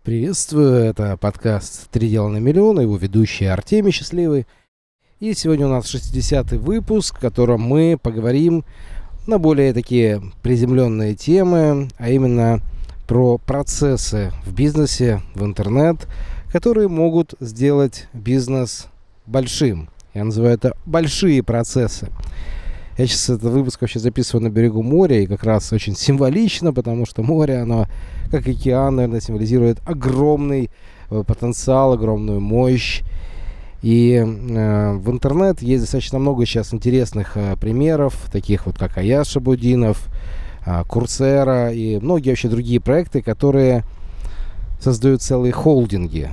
Приветствую, это подкаст «Три дела на миллион», его ведущий Артемий Счастливый. И сегодня у нас 60-й выпуск, в котором мы поговорим на более такие приземленные темы, а именно про процессы в бизнесе, в интернет, которые могут сделать бизнес большим. Я называю это «большие процессы». Я сейчас этот выпуск вообще записываю на берегу моря, и как раз очень символично, потому что море, оно, как океан, наверное, символизирует огромный потенциал, огромную мощь. И в интернет есть достаточно много сейчас интересных примеров, таких вот как Аяз Шабудинов, Курсера и многие вообще другие проекты, которые создают целые холдинги.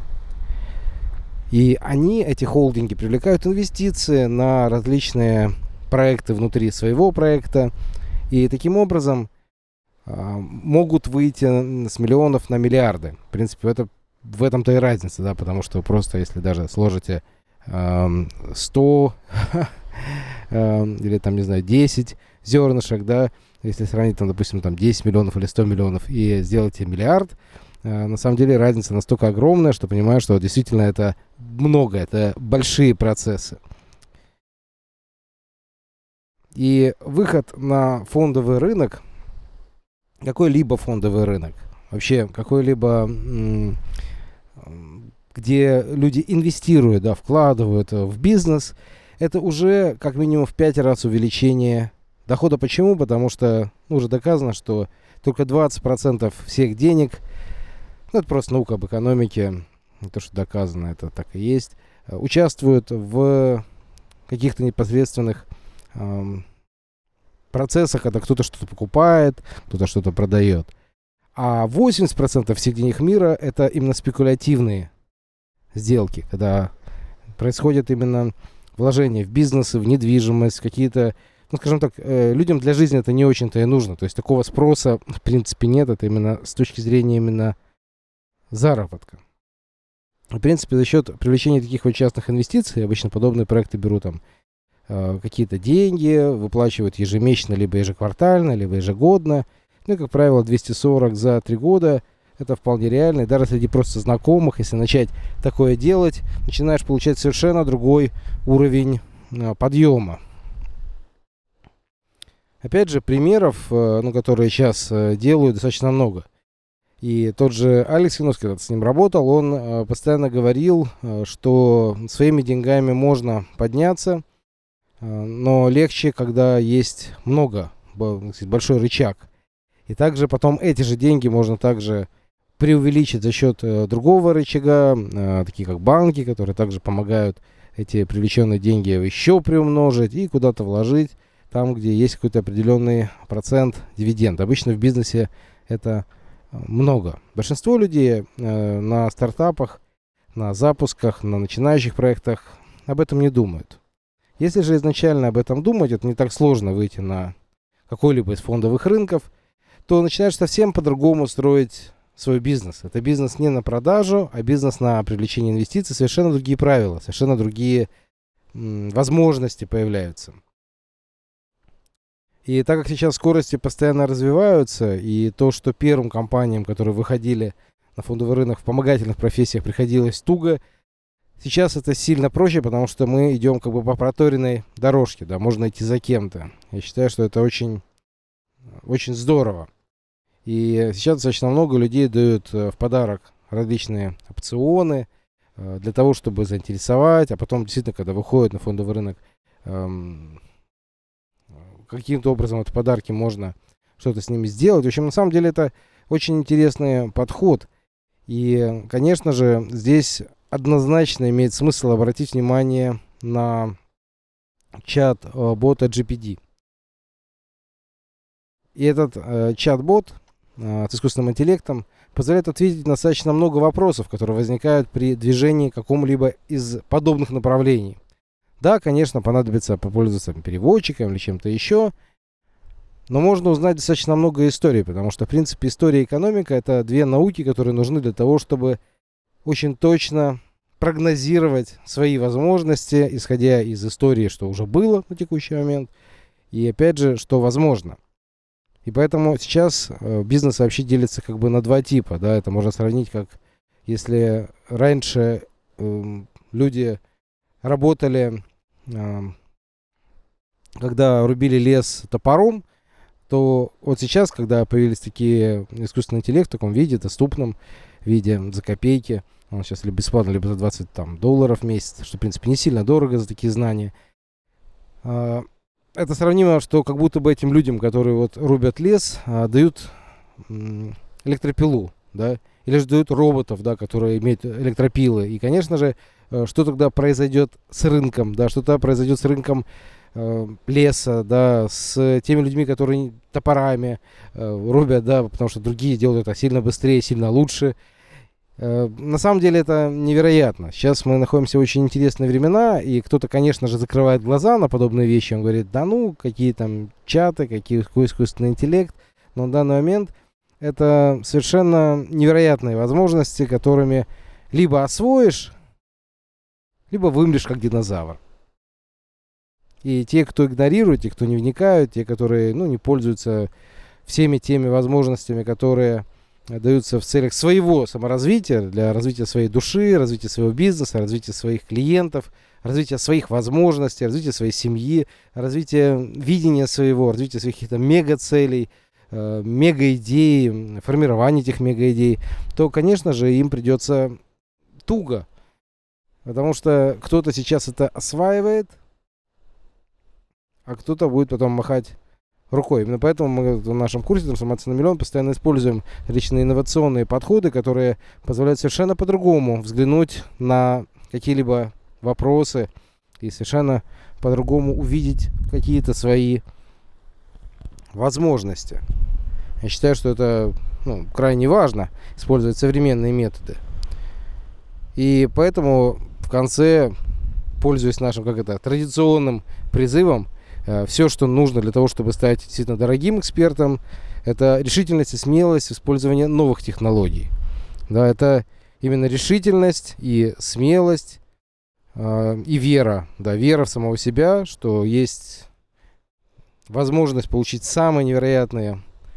И они, эти холдинги, привлекают инвестиции на различные проекты внутри своего проекта, и таким образом могут выйти с миллионов на миллиарды. В принципе, в этом-то и разница, да, потому что вы просто, если даже сложите 100 или там, не знаю, 10 зернышек, да, если сравнить, там, допустим, там 10 миллионов или 100 миллионов и сделаете миллиард, на самом деле разница настолько огромная, что понимаю, что действительно это много, это большие процессы. И выход на фондовый рынок, какой-либо фондовый рынок, вообще какой-либо, где люди инвестируют, да, вкладывают в бизнес, это уже как минимум в 5 раз увеличение дохода. Почему? Потому что уже доказано, что только 20% всех денег, это просто наука об экономике, не то, что доказано, это так и есть, участвуют в каких-то непосредственных процессах, когда кто-то что-то покупает, кто-то что-то продает. А 80% всех денег мира это именно спекулятивные сделки, когда происходит именно вложение в бизнесы, в недвижимость, какие-то, скажем так, людям для жизни это не очень-то и нужно. То есть такого спроса в принципе нет, это именно с точки зрения именно заработка. В принципе, за счет привлечения таких вот частных инвестиций, обычно подобные проекты берут там какие-то деньги, выплачивают ежемесячно, либо ежеквартально, либо ежегодно. Ну и, как правило, 240 за 3 года. Это вполне реально. И даже среди просто знакомых, если начать такое делать, начинаешь получать совершенно другой уровень подъема. Опять же, примеров, которые сейчас делают, достаточно много. И тот же Алекс Яновский, когда с ним работал, он постоянно говорил, что своими деньгами можно подняться, но легче, когда есть большой рычаг. И также потом эти же деньги можно также преувеличить за счет другого рычага, такие как банки, которые также помогают эти привлеченные деньги еще приумножить и куда-то вложить, там, где есть какой-то определенный процент дивиденд. Обычно в бизнесе это много. Большинство людей на стартапах, на запусках, на начинающих проектах об этом не думают. Если же изначально об этом думать, это не так сложно выйти на какой-либо из фондовых рынков, то начинаешь совсем по-другому строить свой бизнес. Это бизнес не на продажу, а бизнес на привлечение инвестиций. Совершенно другие правила, совершенно другие возможности появляются. И так как сейчас скорости постоянно развиваются, и то, что первым компаниям, которые выходили на фондовый рынок в вспомогательных профессиях, приходилось туго, сейчас это сильно проще, потому что мы идем как бы по проторенной дорожке, да, можно идти за кем-то. Я считаю, что это очень, очень здорово. И сейчас достаточно много людей дают в подарок различные опционы для того, чтобы заинтересовать, а потом действительно, когда выходят на фондовый рынок, каким-то образом от подарки можно что-то с ними сделать. В общем, на самом деле это очень интересный подход. И, конечно же, здесь однозначно имеет смысл обратить внимание на чат-бота GPD. И этот чат-бот с искусственным интеллектом позволяет ответить на достаточно много вопросов, которые возникают при движении какому-либо из подобных направлений. Да, конечно, понадобится попользоваться переводчиком или чем-то еще, но можно узнать достаточно много историй, потому что, в принципе, история и экономика – это две науки, которые нужны для того, чтобы очень точно прогнозировать свои возможности, исходя из истории, что уже было на текущий момент, и, опять же, что возможно. И поэтому сейчас бизнес вообще делится как бы на два типа. Да? Это можно сравнить, как если раньше люди работали, когда рубили лес топором, то вот сейчас, когда появились такие искусственный интеллект в таком виде, доступном виде, за копейки, он сейчас либо бесплатно, либо за $20 в месяц, что, в принципе, не сильно дорого за такие знания. Это сравнимо, что как будто бы этим людям, которые вот рубят лес, дают электропилу, да, или же дают роботов, да, которые имеют электропилы. И, конечно же, что тогда произойдет с рынком, да, что тогда произойдет с рынком леса, да, с теми людьми, которые топорами рубят, да, потому что другие делают это сильно быстрее, сильно лучше. На самом деле это невероятно. Сейчас мы находимся в очень интересные времена, и кто-то, конечно же, закрывает глаза на подобные вещи. Он говорит, да ну, какие там чаты, какой искусственный интеллект. Но на данный момент это совершенно невероятные возможности, которыми либо освоишь, либо вымрешь как динозавр. И те, кто игнорирует, те, кто не вникают, те, которые не пользуются всеми теми возможностями, которые даются в целях своего саморазвития, для развития своей души, развития своего бизнеса, развития своих клиентов, развития своих возможностей, развития своей семьи, развития видения своего, развития своих каких-то мега-целей, мега-идей, формирования этих мега-идей, то, конечно же, им придется туго. Потому что кто-то сейчас это осваивает, а кто-то будет потом махать рукой. Именно поэтому мы в нашем курсе «Трансформация на миллион» постоянно используем различные инновационные подходы, которые позволяют совершенно по-другому взглянуть на какие-либо вопросы и совершенно по-другому увидеть какие-то свои возможности. Я считаю, что это крайне важно, использовать современные методы. И поэтому в конце, пользуясь нашим традиционным призывом, все, что нужно для того, чтобы стать действительно дорогим экспертом, это решительность и смелость в использовании новых технологий. Да, это именно решительность и смелость, и вера. Да, вера в самого себя, что есть возможность получить самые невероятные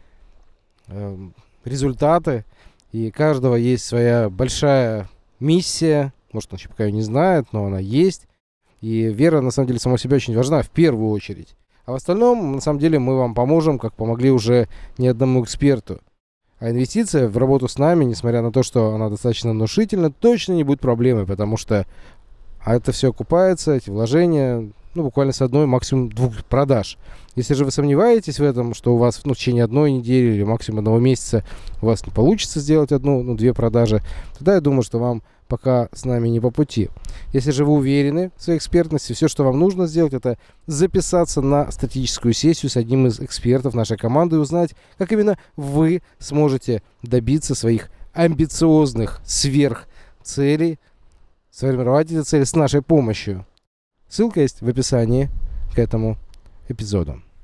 результаты. И у каждого есть своя большая миссия. Может, он еще пока ее не знает, но она есть. И вера, на самом деле, сама себя очень важна в первую очередь. А в остальном, на самом деле, мы вам поможем, как помогли уже не одному эксперту. А инвестиция в работу с нами, несмотря на то, что она достаточно внушительна, точно не будет проблемой, потому что это все окупается, эти вложения, буквально с одной, максимум двух продаж. Если же вы сомневаетесь в этом, что у вас в течение одной недели или максимум одного месяца у вас не получится сделать две продажи, тогда я думаю, что вам пока с нами не по пути. Если же вы уверены в своей экспертности, все, что вам нужно сделать, это записаться на стратегическую сессию с одним из экспертов нашей команды и узнать, как именно вы сможете добиться своих амбициозных сверхцелей, сформировать эти цели с нашей помощью. Ссылка есть в описании к этому эпизоду.